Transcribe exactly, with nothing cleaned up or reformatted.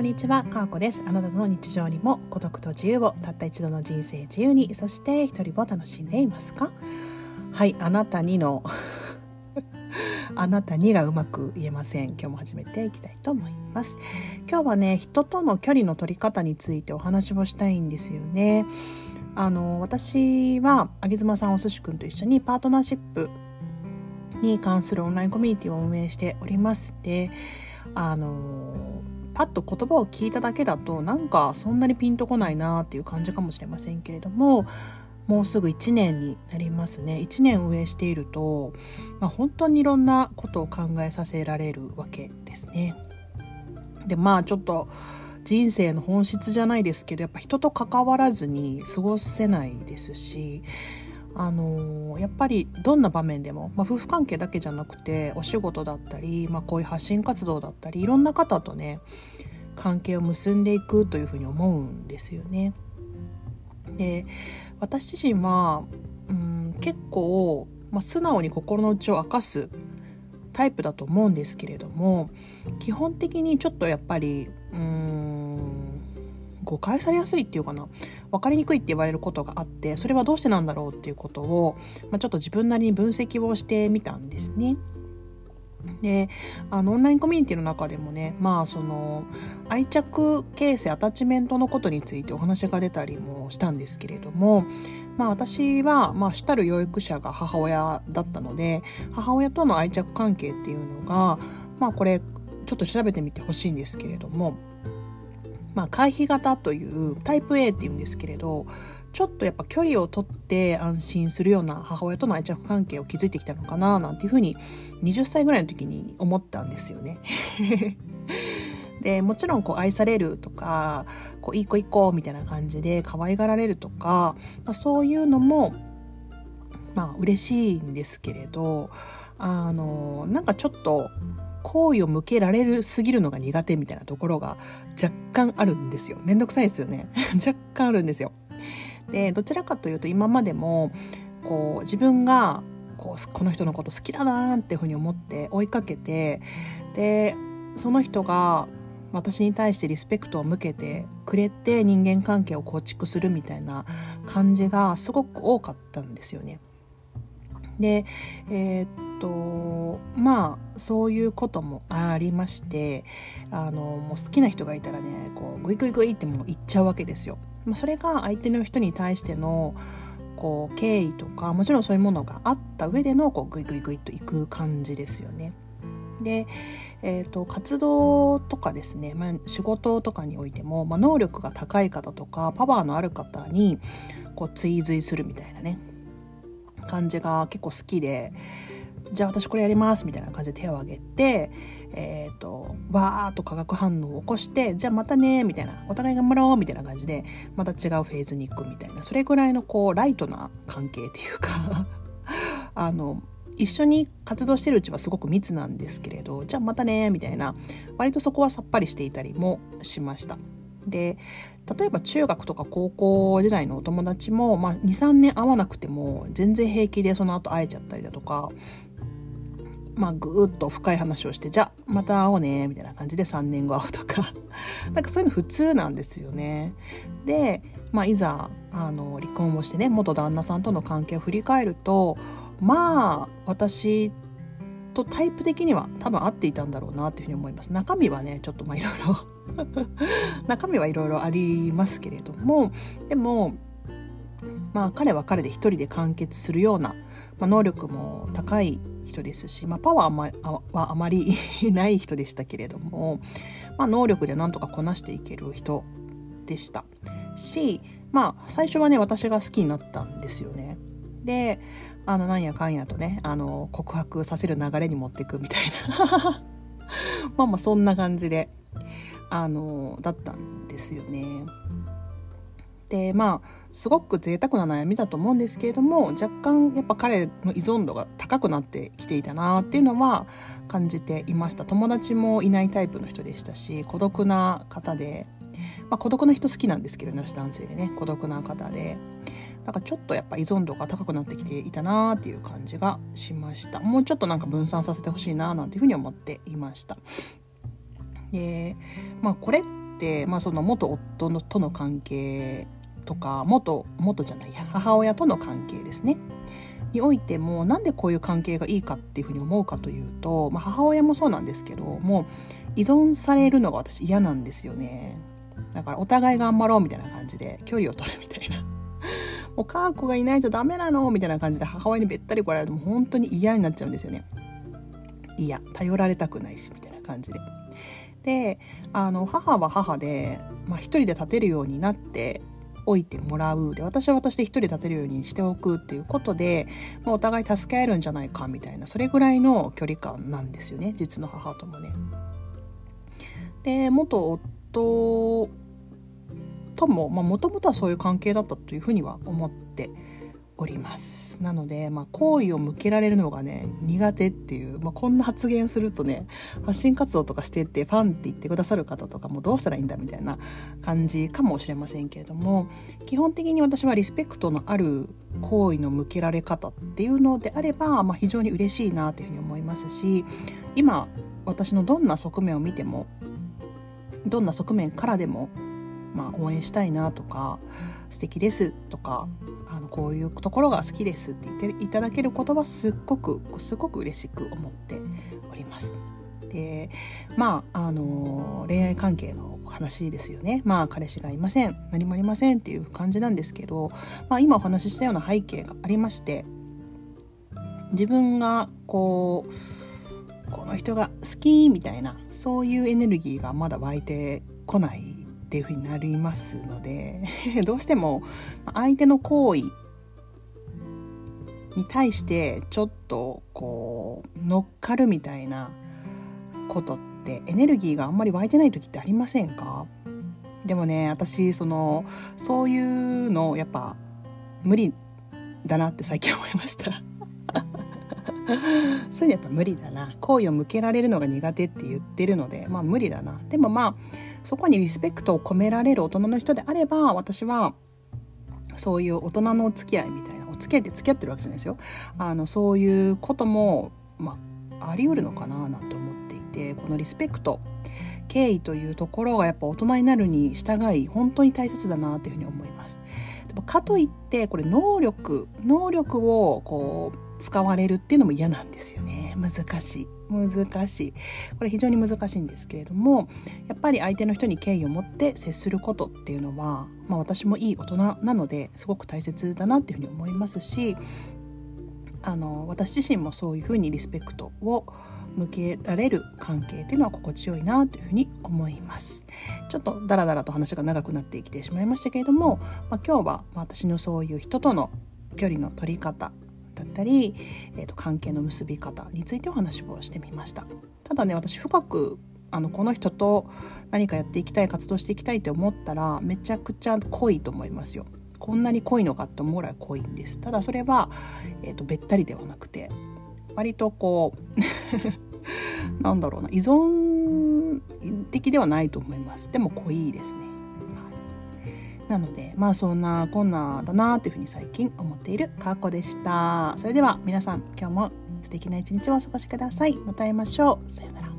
こんにちは、かわこです。あなたの日常にも孤独と自由を、たった一度の人生自由に、そして一人を楽しんでいますか？はい、あなたにのあなたにがうまく言えません。今日も始めていきたいと思います。今日はね、人との距離の取り方についてお話をしたいんですよね。あの私はあげずまさんおすしくんと一緒にパートナーシップに関するオンラインコミュニティを運営しております。で、あのパッと言葉を聞いただけだとなんかそんなにピンとこないなっていう感じかもしれませんけれども、もうすぐいちねんになりますね。いちねん運営していると、まあ、本当にいろんなことを考えさせられるわけですね。で、まあちょっと人生の本質じゃないですけど、やっぱ人と関わらずに過ごせないですし、あのやっぱりどんな場面でも、まあ、夫婦関係だけじゃなくてお仕事だったり、まあ、こういう発信活動だったりいろんな方とね関係を結んでいくというふうに思うんですよね。で、私自身は、うん、結構、まあ、素直に心の内を明かすタイプだと思うんですけれども、基本的にちょっとやっぱりうーん誤解されやすいっていうかな、分かりにくいって言われることがあって、それはどうしてなんだろうっていうことを、まあ、ちょっと自分なりに分析をしてみたんですね。で、あのオンラインコミュニティの中でもね、まあその愛着形成アタッチメントのことについてお話が出たりもしたんですけれども、まあ私はまあ主たる養育者が母親だったので、母親との愛着関係っていうのが、まあこれちょっと調べてみてほしいんですけれども、まあ回避型というタイプ エー っていうんですけれど、ちょっとやっぱ距離を取って安心するような母親との愛着関係を築いてきたのかななんていうふうにはたちぐらいの時に思ったんですよね。で、もちろんこう愛されるとか、こういい子いい子みたいな感じで可愛がられるとか、まあ、そういうのもまあ嬉しいんですけれど、あのなんかちょっと好意を向けられるすぎるのが苦手みたいなところが若干あるんですよ。めんどくさいですよね。若干あるんですよ。で、どちらかというと今までもこう自分がこうこの人のこと好きだなっていうふうに思って追いかけて、でその人が私に対してリスペクトを向けてくれて人間関係を構築するみたいな感じがすごく多かったんですよね。で、えー、っとまあそういうこともありまして、あのもう好きな人がいたらね、こうグイグイグイってもう言っちゃうわけですよ。まあ、それが相手の人に対してのこう敬意とか、もちろんそういうものがあった上でのこうグイグイグイといく感じですよね。で、えー、と活動とかですね、まあ、仕事とかにおいても、まあ、能力が高い方とかパワーのある方にこう追随するみたいなね感じが結構好きで、じゃあ私これやりますみたいな感じで手を挙げて、えーとバーッと化学反応を起こして、じゃあまたねみたいな、お互い頑張ろうみたいな感じでまた違うフェーズに行くみたいな、それぐらいのこうライトな関係っていうかあの一緒に活動してるうちはすごく密なんですけれど、じゃあまたねみたいな、割とそこはさっぱりしていたりもしました。で、例えば中学とか高校時代のお友達も、まあ、にさんねん会わなくても全然平気でその後会えちゃったりだとか、まあ、ぐーっと深い話をして、じゃあまた会おうねみたいな感じでさんねんご会うとかなんかそういうの普通なんですよね。で、まあ、いざあの離婚をしてね、元旦那さんとの関係を振り返ると、まあ私とタイプ的には多分合っていたんだろうなっていうふうに思います。中身はねちょっとまあいろいろ中身はいろいろありますけれども、でもまあ彼は彼で一人で完結するような、まあ、能力も高い人ですし、まあ、パワーはあまりない人でしたけれども、まあ、能力でなんとかこなしていける人でしたし、まあ最初はね私が好きになったんですよね。で、あのなんやかんやとね、あの告白させる流れに持っていくみたいなまあまあそんな感じであのだったんですよね。で、まあすごく贅沢な悩みだと思うんですけれども、若干やっぱ彼の依存度が高くなってきていたなっていうのは感じていました。友達もいないタイプの人でしたし、孤独な方で、まあ、孤独な人好きなんですけどね、男性でね孤独な方で、なんかちょっとやっぱ依存度が高くなってきていたなっていう感じがしました。もうちょっとなんか分散させてほしいななんていうふうに思っていました。で、まあこれっ 、まあ、その元夫のとの関係とか元元じゃない母親との関係ですねにおいても、なんでこういう関係がいいかっていうふうに思うかというと、まあ、母親もそうなんですけども、依存されるのが私嫌なんですよね。だからお互い頑張ろうみたいな感じで距離を取るみたいなもうカーコがいないとダメなのみたいな感じで母親にべったり来られると本当に嫌になっちゃうんですよね。いや頼られたくないしみたいな感じで、であの母は母で、まあ、一人で立てるようになっておいてもらう、で私は私で一人で立てるようにしておくっていうことで、まあ、お互い助け合えるんじゃないかみたいな、それぐらいの距離感なんですよね、実の母ともね。で元夫とももともとはそういう関係だったというふうには思っております。なので、まあ、好意を向けられるのがね苦手っていう、まあ、こんな発言するとね、発信活動とかしてってファンって言ってくださる方とかもどうしたらいいんだみたいな感じかもしれませんけれども、基本的に私はリスペクトのある好意の向けられ方っていうのであれば、まあ、非常に嬉しいなというふうに思いますし、今私のどんな側面を見てもどんな側面からでもまあ、応援したいなとか、素敵ですとか、あのこういうところが好きですって言っていただけることはすっごくすごく嬉しく思っております。でまああの恋愛関係の話ですよね。まあ彼氏がいません、何もありませんっていう感じなんですけど、まあ、今お話ししたような背景がありまして、自分がこうこの人が好きみたいなそういうエネルギーがまだ湧いてこないっていう風になりますのでどうしても相手の行為に対してちょっとこう乗っかるみたいなことってエネルギーがあんまり湧いてない時ってありませんか？でもね、私そのそういうのやっぱ無理だなって最近思いましたそういうのやっぱ無理だな、好意を向けられるのが苦手って言ってるので、まあ無理だな。でもまあそこにリスペクトを込められる大人の人であれば、私はそういう大人のお付き合いみたいな、お付き合いって付き合ってるわけじゃないですよ、あのそういうことも、まあ、あり得るのかななんて思っていて、このリスペクト敬意というところがやっぱ大人になるに従い本当に大切だなというふうに思います。でもかといってこれ能力能力をこう使われるっていうのも嫌なんですよね。難しい難しいこれ非常に難しいんですけれども、やっぱり相手の人に敬意を持って接することっていうのは、まあ、私もいい大人なのですごく大切だなっていうふうに思いますし、あの私自身もそういうふうにリスペクトを向けられる関係っていうのは心地よいなというふうに思います。ちょっとダラダラと話が長くなってきてしまいましたけれども、まあ、今日は私のそういう人との距離の取り方だったり、えーと、関係の結び方についてお話をしてみました。ただね、私深くあのこの人と何かやっていきたい、活動していきたいと思ったらめちゃくちゃ濃いと思いますよ。こんなに濃いのかって思うぐらい濃いんです。ただそれは、えーと、べったりではなくて割とこうなんだろうな、依存的ではないと思います。でも濃いですね。なのでまあそんなこんなだなというふうに最近思っているかーこでした。それでは皆さん今日も素敵な一日をお過ごしください。また会いましょう。さよなら。